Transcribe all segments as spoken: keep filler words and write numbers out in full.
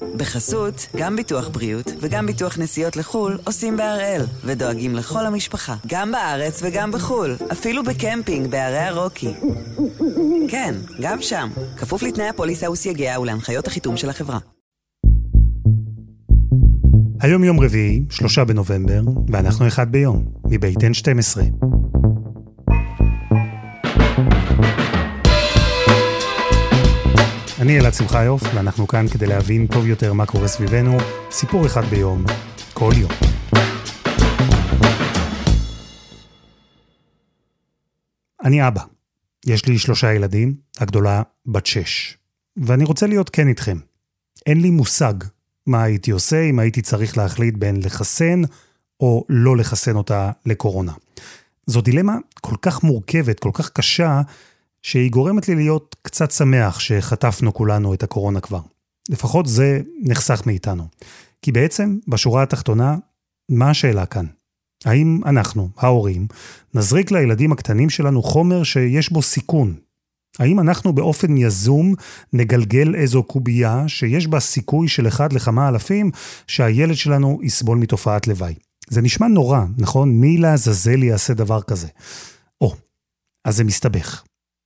בחסות, גם ביטוח בריאות וגם ביטוח נסיעות לחול עושים בהראל, ודואגים לכל המשפחה, גם בארץ וגם בחול, אפילו בקמפינג בערי הרוקי. כן, גם שם, כפוף לתנאי הפוליסה וסייגיה ולהנחיות החיתום של החברה. היום יום רביעי, שלושה בנובמבר, ואנחנו אחד ביום, מבית אן שתים עשרה. אני אלעד שמחיוף, ואנחנו כאן כדי להבין טוב יותר מה קורה סביבנו, סיפור אחד ביום, כל יום. אני אבא. יש לי שלושה ילדים, הגדולה בת שש. ואני רוצה להיות כן איתכם. אין לי מושג מה הייתי עושה אם הייתי צריך להחליט בין לחסן או לא לחסן אותה לקורונה. זו דילמה כל כך מורכבת, כל כך קשה, שהיא גורמת לי להיות קצת שמח שחטפנו כולנו את הקורונה כבר. לפחות זה נחסך מאיתנו. כי בעצם, בשורה התחתונה, מה השאלה כאן? האם אנחנו, ההורים, נזריק לילדים הקטנים שלנו חומר שיש בו סיכון? האם אנחנו באופן יזום נגלגל איזו קובייה שיש בה סיכוי של אחד לכמה אלפים שהילד שלנו יסבול מתופעת לוואי? זה נשמע נורא, נכון? מי לעזאזל יעשה דבר כזה? או, אז זה מסתבך.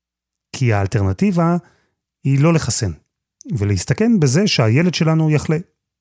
כי האלטרנטיבה היא לא לחסן, ולהסתכן בזה שהילד שלנו יחלה.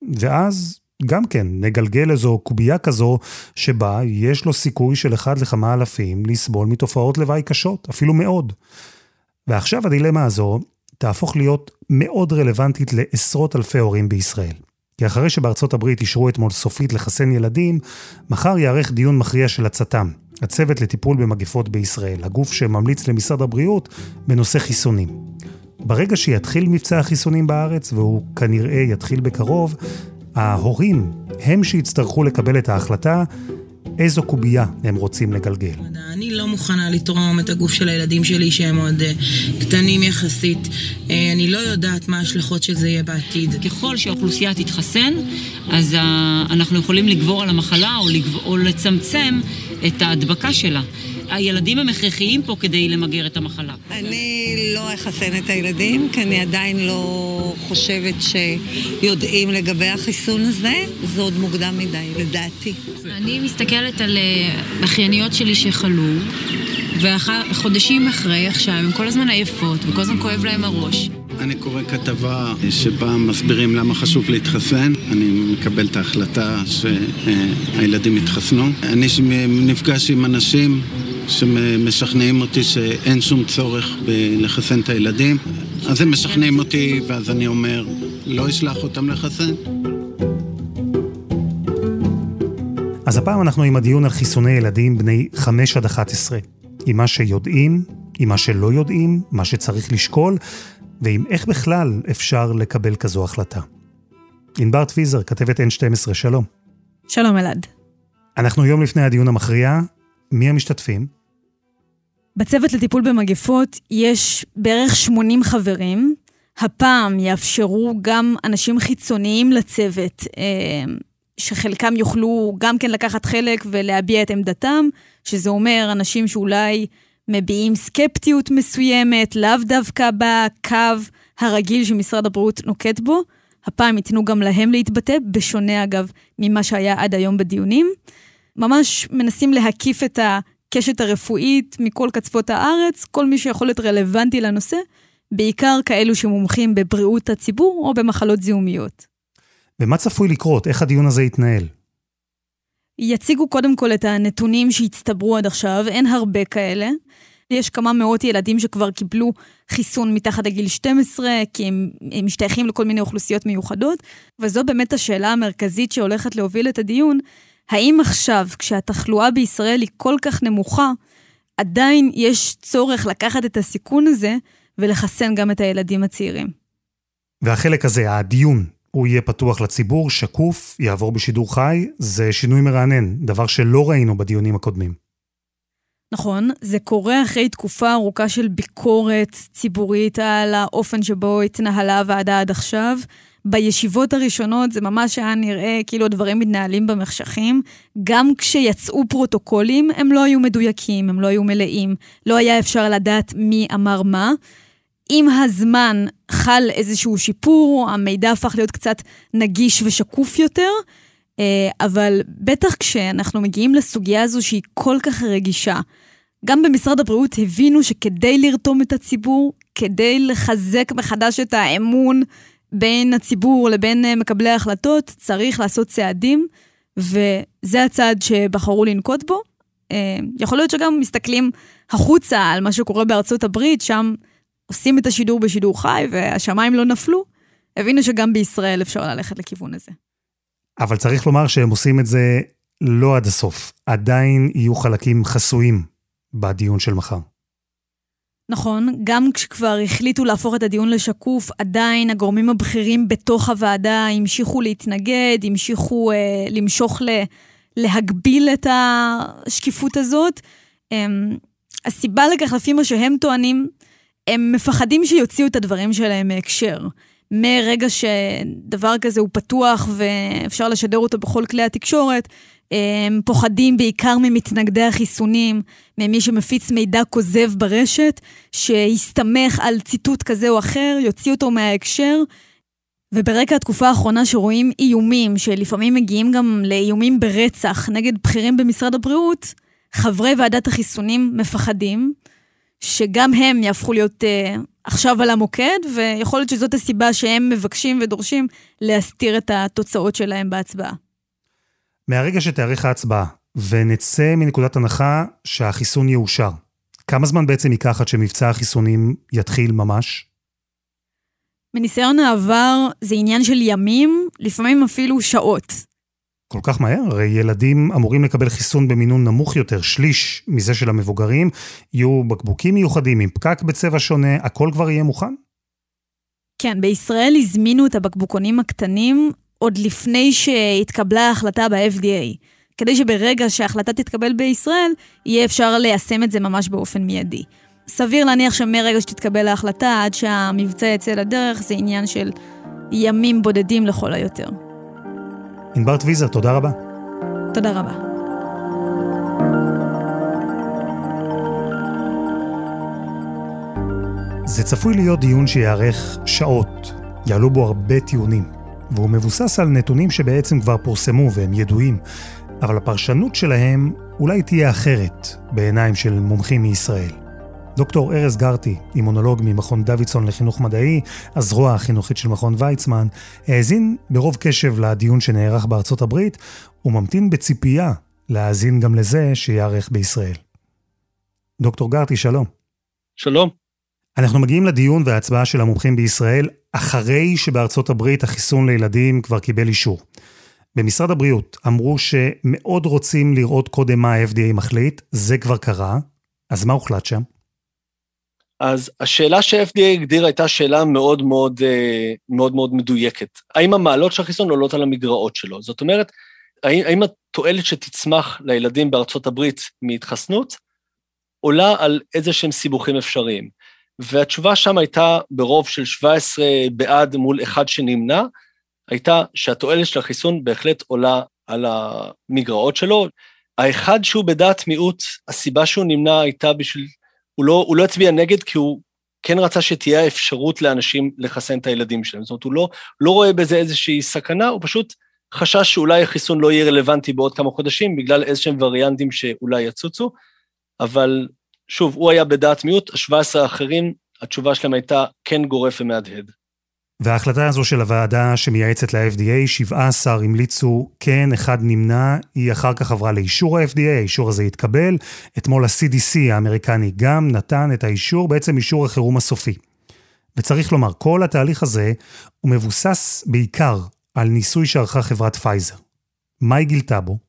ואז גם כן נגלגל איזו קובייה כזו שבה יש לו סיכוי של אחד לכמה אלפים לסבול מתופעות לוואי קשות, אפילו מאוד. ועכשיו הדילמה הזו תהפוך להיות מאוד רלוונטית לעשרות אלפי הורים בישראל. כי אחרי שבארצות הברית אישרו אתמול סופית לחסן ילדים, מחר יערך דיון מכריע של הצט"ם, הצוות לטיפול במגפות בישראל, הגוף שממליץ למשרד הבריאות בנושא חיסונים. ברגע שיתחיל מבצע החיסונים בארץ, והוא כנראה יתחיל בקרוב, ההורים הם שיצטרכו לקבל את ההחלטה איזו קובייה הם רוצים לגלגל. אני לא מוכנה לתרום את הגוף של הילדים שלי שהם עוד קטנים יחסית. אני לא יודעת מה ההשלכות של זה יהיה בעתיד. ככל שהאוכלוסייה תתחסן, אז אנחנו יכולים לגבור על המחלה או, לגבור, או לצמצם את ההדבקה שלה. הילדים הם הכרחיים פה כדי למגר את המחלה. אני לא אחסן את הילדים, כי אני עדיין לא חושבת שיודעים לגבי החיסון הזה. זה עוד מוקדם מדי, לדעתי. אני מסתכלת על אחייניות שלי שחלו, וחודשים אחרי עכשיו הם כל הזמן עייפות, וכל הזמן כואב להם הראש. אני קורא כתבה שבה מסבירים למה חשוב להתחסן. אני מקבל את ההחלטה שהילדים יתחסנו. אני נפגש עם אנשים שמשכנעים אותי שאין שום צורך לחסן את הילדים. אז הם משכנעים אותי, ואז אני אומר, לא אשלח אותם לחסן. אז הפעם אנחנו עם הדיון על חיסוני ילדים בני חמש עד אחת עשרה. עם מה שיודעים, עם מה שלא יודעים, מה שצריך לשקול, ועם איך בכלל אפשר לקבל כזו החלטה. ענבר טוויזר, כתבת אן שתים עשרה, שלום. שלום אלעד. אנחנו יום לפני הדיון המכריע. מי המשתתפים? בצוות לטיפול במגפות יש בערך שמונים חברים. הפעם יאפשרו גם אנשים חיצוניים לצוות, שחלקם יוכלו גם כן לקחת חלק ולהביע את עמדתם, שזה אומר אנשים שאולי מביעים סקפטיות מסוימת, לאו דווקא בקו הרגיל שמשרד הבריאות נוקט בו. הפעם ייתנו גם להם להתבטא, בשונה אגב ממה שהיה עד היום בדיונים. ממש מנסים להקיף את הקשת הרפואית מכל קצוות הארץ, כל מי שיכול להיות רלוונטי לנושא, בעיקר כאלו שמומחים בבריאות הציבור או במחלות זיהומיות. ומה צפוי לקרות? איך הדיון הזה יתנהל? יציגו קודם כל את הנתונים שהצטברו עד עכשיו, אין הרבה כאלה. יש כמה מאות ילדים שכבר קיבלו חיסון מתחת לגיל שתים עשרה, כי הם, הם משתייכים לכל מיני אוכלוסיות מיוחדות, וזו באמת השאלה המרכזית שהולכת להוביל את הדיון, האם עכשיו, כשהתחלואה בישראל היא כל כך נמוכה, עדיין יש צורך לקחת את הסיכון הזה, ולחסן גם את הילדים הצעירים. והחלק הזה, הדיון, הוא יהיה פתוח לציבור, שקוף, יעבור בשידור חי, זה שינוי מרענן, דבר שלא ראינו בדיונים הקודמים. נכון, זה קורה אחרי תקופה ארוכה של ביקורת ציבורית על האופן שבו התנהלה הוועדה עד עכשיו. בישיבות הראשונות זה ממש היה נראה כאילו הדברים מתנהלים במחשכים. גם כשיצאו פרוטוקולים הם לא היו מדויקים, הם לא היו מלאים. לא היה אפשר לדעת מי אמר מה. עם הזמן חל איזשהו שיפור, המידע הפך להיות קצת נגיש ושקוף יותר, אבל בטח כשאנחנו מגיעים לסוגיה הזו שהיא כל כך רגישה, גם במשרד הבריאות הבינו שכדי לרתום את הציבור, כדי לחזק מחדש את האמון בין הציבור לבין מקבלי ההחלטות, צריך לעשות צעדים, וזה הצעד שבחרו לנקוט בו. יכול להיות שגם מסתכלים החוצה על מה שקורה בארצות הברית, שם עושים את השידור בשידור חי, והשמיים לא נפלו, הבינו שגם בישראל אפשר ללכת לכיוון הזה. אבל צריך לומר שהם עושים את זה לא עד הסוף. עדיין יהיו חלקים חסויים בדיון של מחר. נכון, גם כשכבר החליטו להפוך את הדיון לשקוף, עדיין הגורמים הבכירים בתוך הוועדה המשיכו להתנגד, המשיכו אה, למשוך ל, להגביל את השקיפות הזאת. אה, הסיבה לכך, לפי מה שהם טוענים, הם מפחדים שיוציאו את הדברים שלהם מהקשר. מרגע שדבר כזה הוא פתוח ואפשר לשדר אותו בכל כלי התקשורת, הם פוחדים בעיקר ממתנגדי החיסונים, ממי שמפיץ מידע כוזב ברשת, שיסתמך על ציטוט כזה או אחר, יוציא אותו מההקשר, וברקע התקופה האחרונה שרואים איומים, שלפעמים מגיעים גם לאיומים ברצח נגד בכירים במשרד הבריאות, חברי ועדת החיסונים מפחדים, שגם הם יהפכו להיות uh, עכשיו על המוקד, ויכול להיות שזאת הסיבה שהם מבקשים ודורשים להסתיר את התוצאות שלהם בהצבעה. מהרגע שתאריך ההצבעה, ונצא מנקודת הנחה שהחיסון יאושר, כמה זמן בעצם ייקח עד שמבצע החיסונים יתחיל ממש? מניסיון העבר זה עניין של ימים, לפעמים אפילו שעות. כל כך מהר? הרי ילדים אמורים לקבל חיסון במינון נמוך יותר, שליש מזה של המבוגרים, יהיו בקבוקים מיוחדים עם פקק בצבע שונה, הכל כבר יהיה מוכן? כן, בישראל הזמינו את הבקבוקונים הקטנים עוד לפני שהתקבלה ההחלטה ב-אף די איי, כדי שברגע שההחלטה תתקבל בישראל, יהיה אפשר ליישם את זה ממש באופן מיידי. סביר להניח שמרגע שתתקבל ההחלטה, עד שהמבצע יצא לדרך, זה עניין של ימים בודדים לכל היותר. ענבר טוויזר, תודה רבה. תודה רבה. זה צפוי להיות דיון שיערך שעות, יעלו בו הרבה טיעונים, והוא מבוסס על נתונים שבעצם כבר פורסמו והם ידועים, אבל הפרשנות שלהם אולי תהיה אחרת בעיניים של מומחים מישראל. דוקטור ארז גרטי, אימונולוג ממכון דוידסון לחינוך מדעי, הזרוע החינוכית של מכון ויצמן, האזין ברוב קשב לדיון שנערך בארצות הברית, וממתין בציפייה להאזין גם לזה שיערך בישראל. דוקטור גרטי, שלום. שלום. אנחנו מגיעים לדיון וההצבעה של המומחים בישראל, אחרי שבארצות הברית החיסון לילדים כבר קיבל אישור. במשרד הבריאות אמרו שמאוד רוצים לראות קודם מה ה-אף די איי מחליט, זה כבר קרה, אז מה הוחלט שם? אז השאלה ש-אף די איי הגדיר הייתה שאלה מאוד מאוד, מאוד מאוד מדויקת. האם המעלות של החיסון עולות על המגרעות שלו? זאת אומרת, האם, האם התועלת שתצמח לילדים בארצות הברית מהתחסנות, עולה על איזה שהם סיבוכים אפשריים? והתשובה שם הייתה ברוב של שבע עשרה בעד מול אחד שנמנע, הייתה שהתועלת של החיסון בהחלט עולה על המגרעות שלו. האחד שהוא בדעת מיעוט, הסיבה שהוא נמנע הייתה בשביל, הוא לא, הוא לא הצביע נגד, כי הוא כן רצה שתהיה אפשרות לאנשים לחסן את הילדים שלהם. זאת אומרת, הוא לא, לא רואה בזה איזושהי סכנה, הוא פשוט חשש שאולי החיסון לא יהיה רלוונטי בעוד כמה חודשים, בגלל איזשהם וריאנטים שאולי יצוצו, אבל שוב, הוא היה בדעת מיעוט, ה-שבע עשרה האחרים, התשובה שלהם הייתה כן גורף ומהדהד. וההחלטה הזו של הוועדה שמייעצת ל-אף די איי, שבעה עשר המליצו כן, אחד נמנע, היא אחר כך עברה לאישור ה-אף די איי, האישור הזה התקבל, אתמול ה-סי די סי האמריקני גם נתן את האישור, בעצם אישור החירום הסופי. וצריך לומר, כל התהליך הזה הוא מבוסס בעיקר על ניסוי שערכה חברת פייזר. מה היא גילתה בו?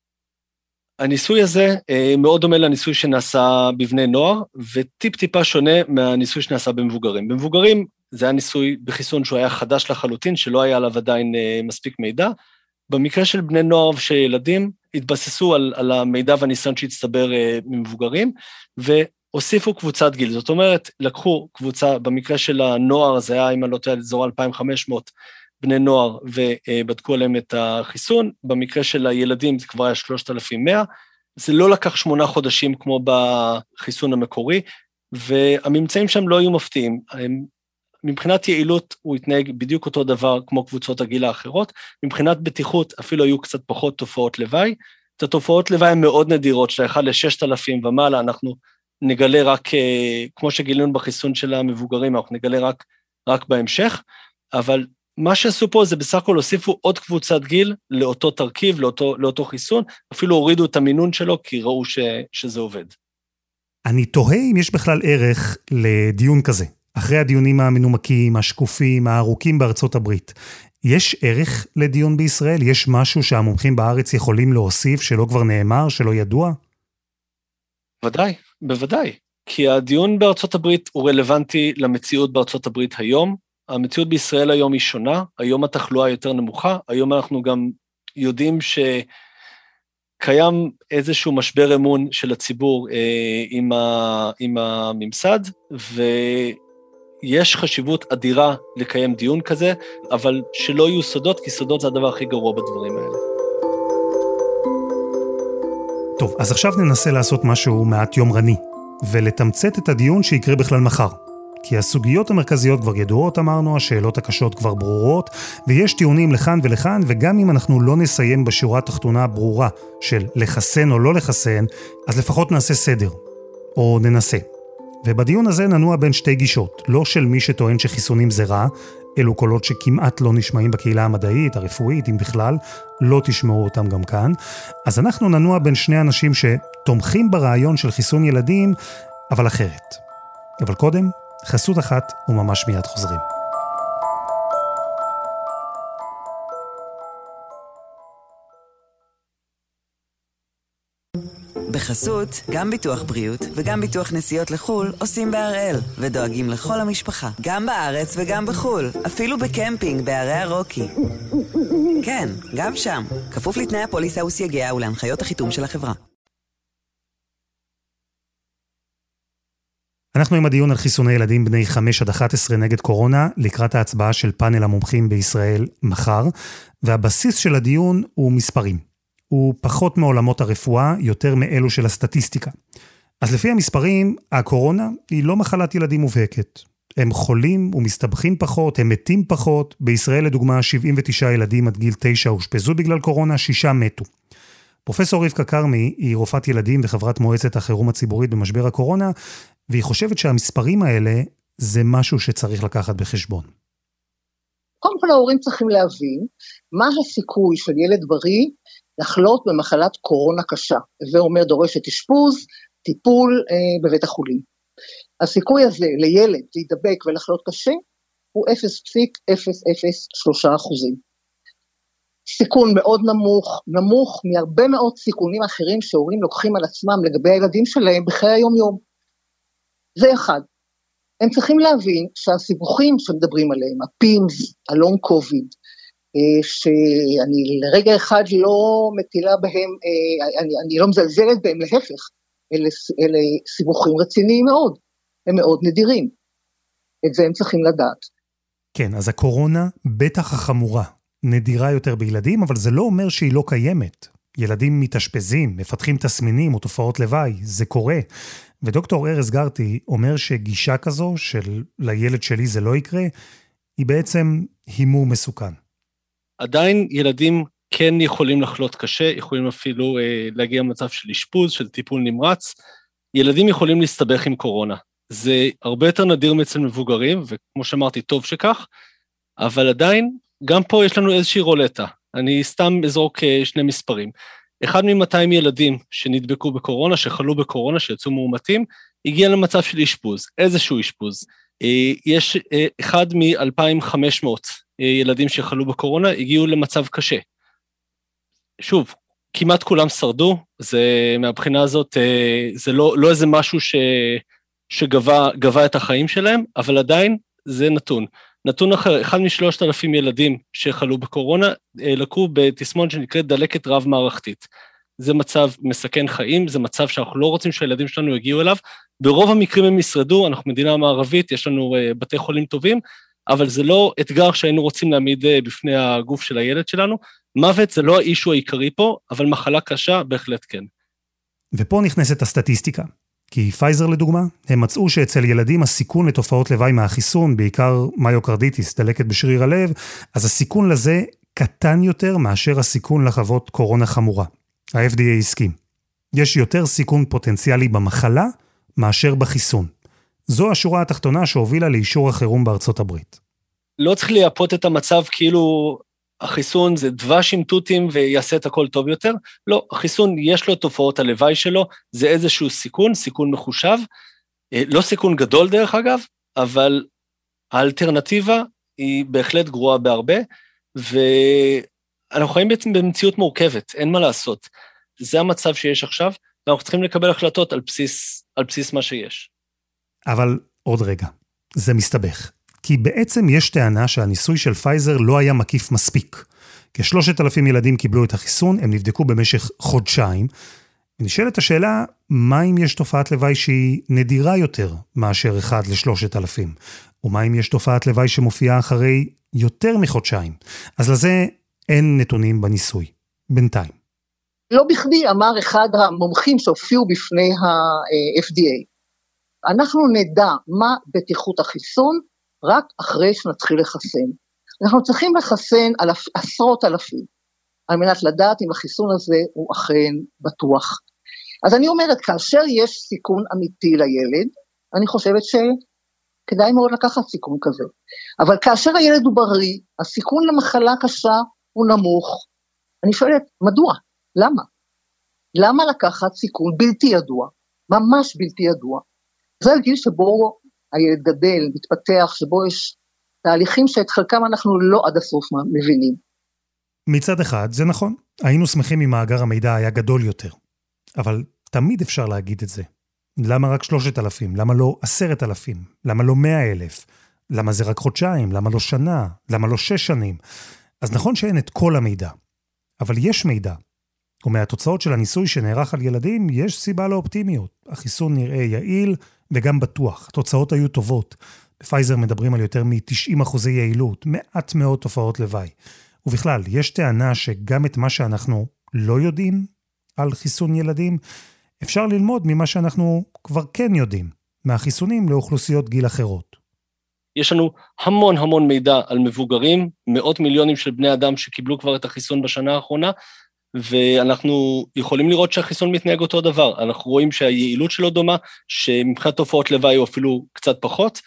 הניסוי הזה מאוד דומה לניסוי שנעשה בבני נוער, וטיפ טיפה שונה מהניסוי שנעשה במבוגרים. במבוגרים זה היה ניסוי בחיסון שהוא היה חדש לחלוטין, שלא היה עליו עדיין מספיק מידע. במקרה של בני נוער ושל ילדים, התבססו על, על המידע והניסיון שהצטבר ממבוגרים, והוסיפו קבוצת גיל. זאת אומרת, לקחו קבוצה, במקרה של הנוער, זה היה, אם אני לא טועה, אזור אלפיים וחמש מאות בני נוער, ובדקו עליהם את החיסון. במקרה של הילדים זה כבר היה שלושת אלפים ומאה, זה לא לקח שמונה חודשים כמו בחיסון המקורי, והממצאים שם לא היו מפתיעים. מבחינת יעילות הוא התנהג בדיוק אותו דבר כמו קבוצות הגיל האחרות, מבחינת בטיחות אפילו היו קצת פחות תופעות לוואי, את התופעות לוואי הן מאוד נדירות, של אחד לששת אלפים ומעלה, אנחנו נגלה רק, כמו שגילינו בחיסון של המבוגרים, אנחנו נגלה רק, רק בהמשך, אבל מה שעשו פה זה בסך הכל הוסיפו עוד קבוצת גיל לאותו תרכיב, לאותו, לאותו חיסון, אפילו הורידו את המינון שלו, כי ראו ש, שזה עובד. אני תוהה אם יש בכלל ערך לדיון כזה, אחרי הדיונים המנומקים, השקופים, הארוכים בארצות הברית. יש ערך לדיון בישראל? יש משהו שהמומחים בארץ יכולים להוסיף, שלא כבר נאמר, שלא ידוע? בוודאי, בוודאי. כי הדיון בארצות הברית הוא רלוונטי למציאות בארצות הברית היום. המציאות בישראל היום היא שונה, היום התחלואה יותר נמוכה, היום אנחנו גם יודעים שקיים איזשהו משבר אמון של הציבור אה, עם, ה, עם הממסד, ויש חשיבות אדירה לקיים דיון כזה, אבל שלא יהיו סודות, כי סודות זה הדבר הכי גרוע בדברים האלה. טוב, אז עכשיו ננסה לעשות משהו מעט יומרני, ולתמצת את הדיון שיקרה בכלל מחר. כי הסוגיות המרכזיות כבר ידועות, אמרנו, השאלות הקשות כבר ברורות, ויש טיעונים לכאן ולכאן, וגם אם אנחנו לא נסיים בשורה התחתונה הברורה של לחסן או לא לחסן, אז לפחות נעשה סדר, או ננסה. ובדיון הזה ננוע בין שתי גישות, לא של מי שטוען שחיסונים זה רע, אלו קולות שכמעט לא נשמעים בקהילה המדעית, הרפואית, אם בכלל, לא תשמעו אותם גם כאן. אז אנחנו ננוע בין שני אנשים שתומכים ברעיון של חיסון ילדים, אבל אחרת. אבל קודם, חסות אחת וממש מיד חוזרים. בחסות, גם ביטוח בריאות וגם ביטוח נסיעות לחול עושים בהראל ודואגים לכל המשפחה, גם בארץ וגם בחול, אפילו בקמפינג בערי הרוקי. כן, גם שם, כפוף לתנאי הפוליסה וסייגיה ולהנחיות החיתום של החברה. אנחנו עם הדיון על חיסוני ילדים בני חמש עד אחת עשרה נגד קורונה, לקראת ההצבעה של פאנל המומחים בישראל מחר, והבסיס של הדיון הוא מספרים. הוא פחות מעולמות הרפואה, יותר מאלו של הסטטיסטיקה. אז לפי המספרים, הקורונה היא לא מחלת ילדים מובהקת. הם חולים ומסתבכים פחות, הם מתים פחות. בישראל לדוגמה שבעים ותשעה ילדים עד גיל תשע הושפזו בגלל קורונה, שישה מתו. פרופסור רבקה כרמי היא רופאת ילדים וחברת מועצת החירום הציבורית במשבר הקורונה, והיא חושבת שהמספרים האלה זה משהו שצריך לקחת בחשבון. קודם כל ההורים צריכים להבין מה הסיכוי של ילד בריא לחלות במחלת קורונה קשה. זה אומר דורשת אשפוז, טיפול אה, בבית החולים. הסיכוי הזה לילד להידבק ולחלות קשה הוא אפס נקודה אפס אפס שלוש אחוזים. סיכון מאוד נמוך, נמוך מהרבה מאוד סיכונים אחרים שהורים לוקחים על עצמם לגבי הילדים שלהם בחיי היום יום. זה אחד. הם צריכים להבין שהסיבוכים שמדברים עליהם, הפימס, הלונג קוביד, שאני לרגע אחד לא מטילה בהם, אני, אני לא מזלזלת בהם, להפך, אלה, אלה סיבוכים רציניים מאוד, הם מאוד נדירים. את זה הם צריכים לדעת. כן, אז הקורונה בטח החמורה, נדירה יותר בילדים, אבל זה לא אומר שהיא לא קיימת. ילדים מתאשפזים, מפתחים תסמינים או תופעות לוואי, זה קורה. ודוקטור ארז גרטי אומר שגישה כזו של לילד שלי זה לא יקרה, היא בעצם הימור מסוכן. עדיין ילדים כן יכולים לחלות קשה, יכולים אפילו אה, להגיע למצב של אשפוז, של טיפול נמרץ. ילדים יכולים להסתבך עם קורונה. זה הרבה יותר נדיר מאצל מבוגרים, וכמו שאמרתי, טוב שכך, אבל עדיין, גם פה יש לנו איזושהי רולטה. אני סתם אזרוק שני מספרים. אחד מ-מאתיים ילדים שנדבקו בקורונה, שחלו בקורונה, שיצאו מאומתים, הגיע למצב של אשפוז, איזשהו אשפוז. יש אחד מ-אלפיים וחמש מאות ילדים שחלו בקורונה, הגיעו למצב קשה. שוב, כמעט כולם שרדו, זה מהבחינה הזאת, זה לא, לא איזה משהו ש, שגבה, גבה את החיים שלהם, אבל עדיין זה נתון. נתון אחר, אחד משלושת אלפים ילדים שחלו בקורונה, לקו בתסמונת שנקראת דלקת רב מערכתית. זה מצב מסכן חיים, זה מצב שאנחנו לא רוצים שהילדים שלנו יגיעו אליו, ברוב המקרים הם ישרדו, אנחנו מדינה מערבית, יש לנו בתי חולים טובים, אבל זה לא אתגר שהיינו רוצים להעמיד בפני הגוף של הילד שלנו, מוות זה לא האישו העיקרי פה, אבל מחלה קשה בהחלט כן. ופה נכנסת הסטטיסטיקה. כי פייזר לדוגמה, הם מצאו שאצל ילדים הסיכון לתופעות לוואי מהחיסון, בעיקר מיוקרדיטיס, דלקת בשריר הלב, אז הסיכון לזה קטן יותר מאשר הסיכון לחוות קורונה חמורה. ה-אף די איי הסכים. יש יותר סיכון פוטנציאלי במחלה מאשר בחיסון. זו השורה התחתונה שהובילה לאישור החירום בארצות הברית. לא צריך לייפות את המצב כאילו החיסון זה דבש עם תותים ויעשה את הכל טוב יותר. לא, החיסון יש לו תופעות הלוואי שלו, זה איזשהו סיכון, סיכון מחושב, לא סיכון גדול דרך אגב, אבל האלטרנטיבה היא בהחלט גרועה בהרבה, ואנחנו חיים בעצם במציאות מורכבת, אין מה לעשות. זה המצב שיש עכשיו, ואנחנו צריכים לקבל החלטות על בסיס, על בסיס מה שיש. אבל עוד רגע, זה מסתבך. כי בעצם יש טענה שהניסוי של פייזר לא היה מקיף מספיק. כשלושת אלפים ילדים קיבלו את החיסון, הם נבדקו במשך חודשיים, ונשאלת השאלה, מה אם יש תופעת לוואי שהיא נדירה יותר מאשר אחד לשלושת אלפים? ומה אם יש תופעת לוואי שמופיעה אחרי יותר מחודשיים? אז לזה אין נתונים בניסוי, בינתיים. לא בכדי אמר אחד המומחים שהופיעו בפני ה-אף די איי, אנחנו נדע מה בטיחות החיסון, רק אחרי שנתחיל לחסן. אנחנו צריכים לחסן על עשרות אלפים, על מנת לדעת אם החיסון הזה הוא אכן בטוח. אז אני אומרת, כאשר יש סיכון אמיתי לילד, אני חושבת שכדאי מאוד לקחת סיכון כזה. אבל כאשר הילד הוא בריא, הסיכון למחלה קשה הוא נמוך. אני שואלת, מדוע? למה? למה לקחת סיכון בלתי ידוע? ממש בלתי ידוע. זה הגיל שבו הילד גדל, מתפתח, שבו יש תהליכים שאת חלקם אנחנו לא עד הסוף מבינים. מצד אחד, זה נכון. היינו שמחים אם מאגר המידע היה גדול יותר. אבל תמיד אפשר להגיד את זה. למה רק שלושת אלפים? למה לא עשרת אלפים? למה לא מאה אלף? למה זה רק חודשיים? למה לא שנה? למה לא שש שנים? אז נכון שאין את כל המידע. אבל יש מידע. ומהתוצאות של הניסוי שנערך על ילדים, יש סיבה לאופטימיות. החיסון נראה יעיל וגם בטוח. התוצאות היו טובות. בפייזר מדברים על יותר מ-תשעים אחוזי יעילות, מעט מאוד תופעות לוואי. ובכלל, יש טענה שגם את מה שאנחנו לא יודעים על חיסון ילדים, אפשר ללמוד ממה שאנחנו כבר כן יודעים, מהחיסונים לאוכלוסיות גיל אחרות. יש לנו המון המון מידע על מבוגרים, מאות מיליונים של בני אדם שקיבלו כבר את החיסון בשנה האחרונה, ואנחנו יכולים לראות שהחיסון מתנהג אותו דבר. אנחנו רואים שהיעילות שלו דומה, שמבחינת תופעות לוואי הוא אפילו קצת פחות,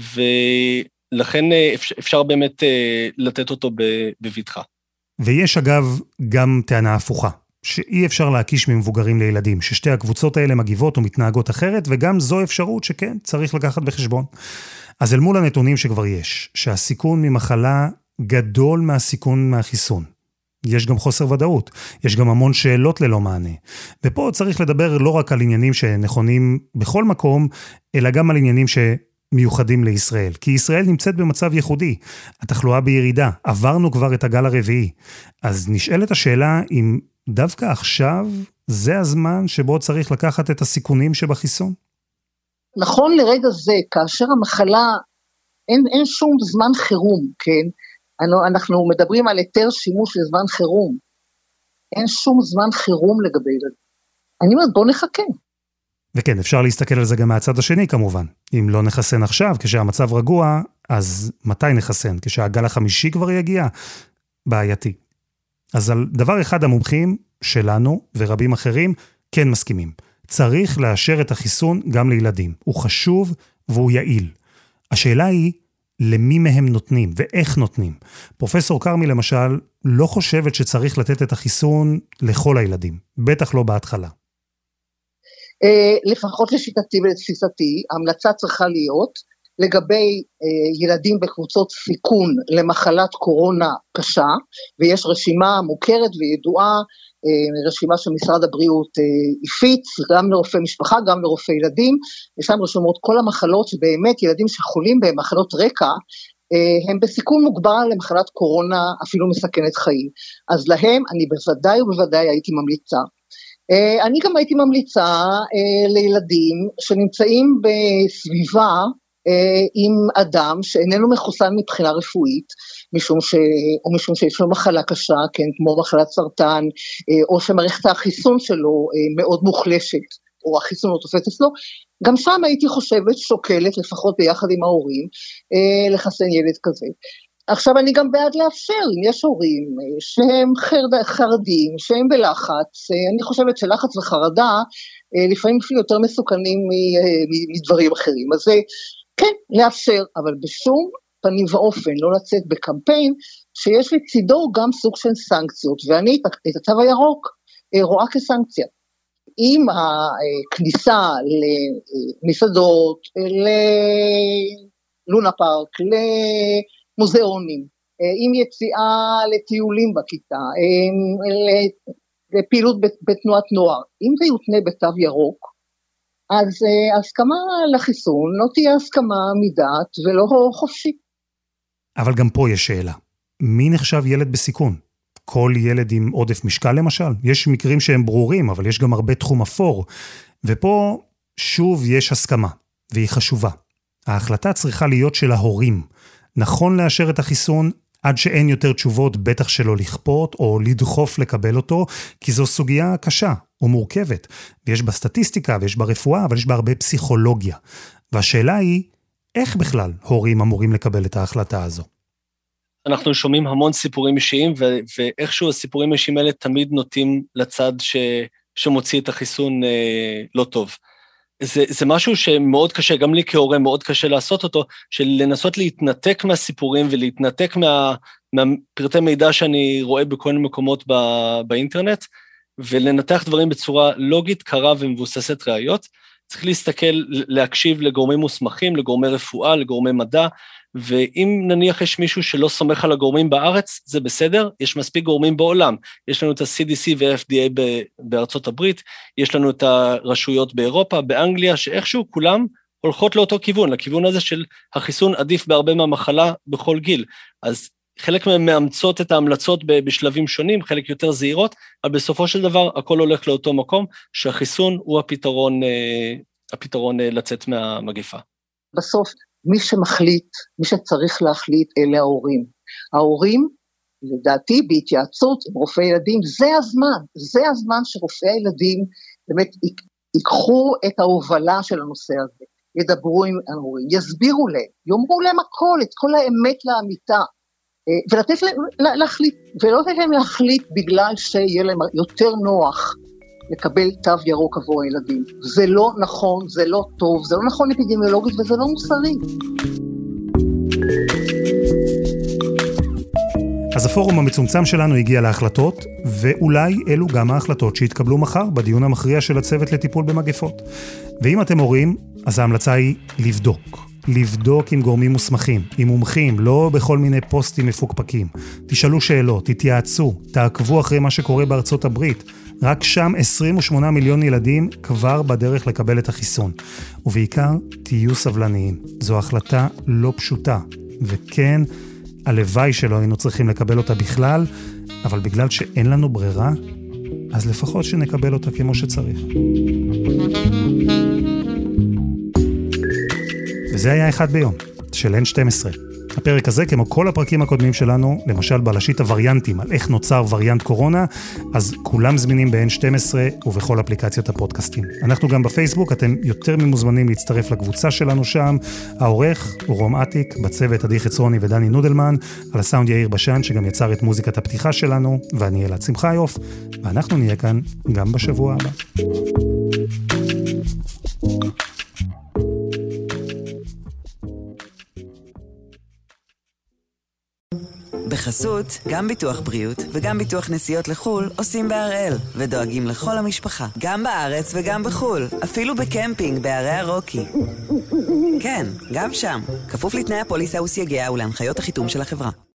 ולכן אפשר באמת לתת אותו בבטחה. ויש אגב גם טענה הפוכה, שאי אפשר להקיש ממבוגרים לילדים, ששתי הקבוצות האלה מגיבות ומתנהגות אחרת, וגם זו אפשרות שכן, צריך לקחת בחשבון. אז אל מול הנתונים שכבר יש, שהסיכון ממחלה גדול מהסיכון מהחיסון, יש גם חוסר ודאות, יש גם המון שאלות ללא מענה. ופה צריך לדבר לא רק על עניינים שנכונים בכל מקום, אלא גם על עניינים שמיוחדים לישראל. כי ישראל נמצאת במצב ייחודי, התחלואה בירידה, עברנו כבר את הגל הרביעי. אז נשאלת השאלה אם דווקא עכשיו זה הזמן שבו צריך לקחת את הסיכונים שבחיסון? נכון לרגע זה, כאשר המחלה, אין, אין שום זמן חירום, כן? אנחנו מדברים על היתר שימוש לזמן חירום. אין שום זמן חירום לגבי זה. אני אומרת, בוא נחכה. וכן, אפשר להסתכל על זה גם מהצד השני כמובן. אם לא נחסן עכשיו, כשהמצב רגוע, אז מתי נחסן? כשהגל החמישי כבר יגיע? בעייתי. אז על דבר אחד המומחים שלנו ורבים אחרים כן מסכימים. צריך לאשר את החיסון גם לילדים. הוא חשוב והוא יעיל. השאלה היא, למי מהם נותנים ואיך נותנים. פרופסור קרמי למשל לא חושבת שצריך לתת את החיסון לכל הילדים, בטח לא בהתחלה. לפחות לשיטתי ולתפיסתי, ההמלצה צריכה להיות לגבי ילדים בקבוצות סיכון למחלת קורונה קשה, ויש רשימה מוכרת וידועה, רשימה שמשרד הבריאות הפיץ, גם לרופאי משפחה, גם לרופאי ילדים, יש שם רשומות כל המחלות שבאמת ילדים שחולים בהם, מחלות רקע, הם בסיכון מוגבר למחלת קורונה אפילו מסכנת חיים. אז להם אני בוודאי ובוודאי הייתי ממליצה. אני גם הייתי ממליצה לילדים שנמצאים בסביבה, עם אדם שאיננו מחוסן מבחינה רפואית, משום ש... או משום שיש לו מחלה קשה, כן, כמו מחלת סרטן, או שמערכת החיסון שלו מאוד מוחלשת. או החיסון לא תופס אצלו, גם שם הייתי חושבת, שוקלת, לפחות ביחד עם ההורים, לחסן ילד כזה. עכשיו אני גם בעד לאפשר, אם יש הורים שהם חרד, חרדים, שהם בלחץ, אני חושבת שלחץ וחרדה לפעמים אפילו יותר מסוכנים מדברים אחרים, אז כן, לאפשר, אבל בשום פנים ואופן, לא לצאת בקמפיין, שיש לצידו גם סוג של סנקציות, ואני את התו הירוק רואה כסנקציה. עם הכניסה למסעדות, ללונה פארק, למוזיאונים, עם יציאה לטיולים בכיתה, לפעילות בתנועת נוער, אם זה יותנה בתו ירוק, אז הסכמה לחיסון לא תהיה הסכמה מדעת ולא חופשי. אבל גם פה יש שאלה. מי נחשב ילד בסיכון? כל ילד עם עודף משקל למשל? יש מקרים שהם ברורים, אבל יש גם הרבה תחום אפור. ופה שוב יש הסכמה, והיא חשובה. ההחלטה צריכה להיות של ההורים. נכון לאשר את החיסון עד שאין יותר תשובות, בטח שלא לכפות או לדחוף לקבל אותו, כי זו סוגיה קשה ומורכבת. ויש בה סטטיסטיקה ויש בה רפואה, אבל יש בה הרבה פסיכולוגיה. והשאלה היא, איך בכלל הורים אמורים לקבל את ההחלטה הזו? אנחנו שומעים המון סיפורים אישיים, ו- ואיכשהו הסיפורים האישיים האלה תמיד נוטים לצד ש- שמוציא את החיסון אה, לא טוב. זה, זה משהו שמאוד קשה, גם לי כהורה מאוד קשה לעשות אותו, של לנסות להתנתק מהסיפורים, ולהתנתק מה, מהפרטי מידע שאני רואה בכל מיני מקומות ב- באינטרנט, ולנתח דברים בצורה לוגית, קרה ומבוססת ראיות. צריך להסתכל, להקשיב לגורמים מוסמכים, לגורמי רפואה, לגורמי מדע, ואם נניח יש מישהו שלא סומך על הגורמים בארץ, זה בסדר, יש מספיק גורמים בעולם, יש לנו את ה-סי די סי ו-אף די איי בארצות הברית, יש לנו את הרשויות באירופה, באנגליה, שאיכשהו כולם הולכות לאותו כיוון, לכיוון הזה של החיסון עדיף בהרבה מהמחלה בכל גיל, אז חלק מהן מאמצות את ההמלצות בשלבים שונים, חלק יותר זהירות, אבל בסופו של דבר הכל הולך לאותו מקום, שהחיסון הוא הפתרון, הפתרון לצאת מהמגפה. בסוף, מי שמחליט, מי שצריך להחליט, אלה ההורים. ההורים, לדעתי, בהתייעצות עם רופאי ילדים, זה הזמן, זה הזמן שרופאי הילדים באמת ייקחו את ההובלה של הנושא הזה, ידברו עם ההורים, יסבירו להם, יאמרו להם הכל, את כל האמת לאמיתה, ולתת להם להחליט, ולא לתת להם להחליט בגלל שיהיה להם יותר נוח לקבל תו ירוק עבור הילדים. זה לא נכון, זה לא טוב, זה לא נכון אפידמיולוגית וזה לא מוסרי. אז הפורום המצומצם שלנו הגיע להחלטות, ואולי אלו גם ההחלטות שהתקבלו מחר בדיון המכריע של הצוות לטיפול במגפות. ואם אתם הורים, אז ההמלצה היא לבדוק. לבדוק עם גורמים מוסמכים, עם מומחים, לא בכל מיני פוסטים מפוקפקים. תשאלו שאלות, תתייעצו, תעקבו אחרי מה שקורה בארצות הברית. רק שם עשרים ושמונה מיליון ילדים כבר בדרך לקבל את החיסון. ובעיקר, תהיו סבלניים. זו החלטה לא פשוטה. וכן, הלוואי שלא היינו צריכים לקבל אותה בכלל, אבל בגלל שאין לנו ברירה, אז לפחות שנקבל אותה כמו שצריך. וזה היה אחד ביום, של אן שתים עשרה. הפרק הזה, כמו כל הפרקים הקודמים שלנו, למשל בלשית הווריאנטים, על איך נוצר וריאנט קורונה, אז כולם זמינים ב-אן שתים עשרה ובכל אפליקציות הפודקאסטים. אנחנו גם בפייסבוק, אתם יותר ממוזמנים להצטרף לקבוצה שלנו שם. העורך הוא רום עתיק, בצוות עדי חצרוני ודני נודלמן, על הסאונד יאיר בשן, שגם יצר את מוזיקת הפתיחה שלנו, ואני אלעד שמחיוף, ואנחנו נהיה כאן גם בשבוע הבא. בחסות, גם ביטוח בריאות וגם ביטוח נסיעות לחול עושים בהראל ודואגים לכל המשפחה, גם בארץ וגם בחול, אפילו בקמפינג בערי הרוקי. כן, גם שם, כפוף לתנאי הפוליסה וסייגיה ולהנחיות החיתום של החברה.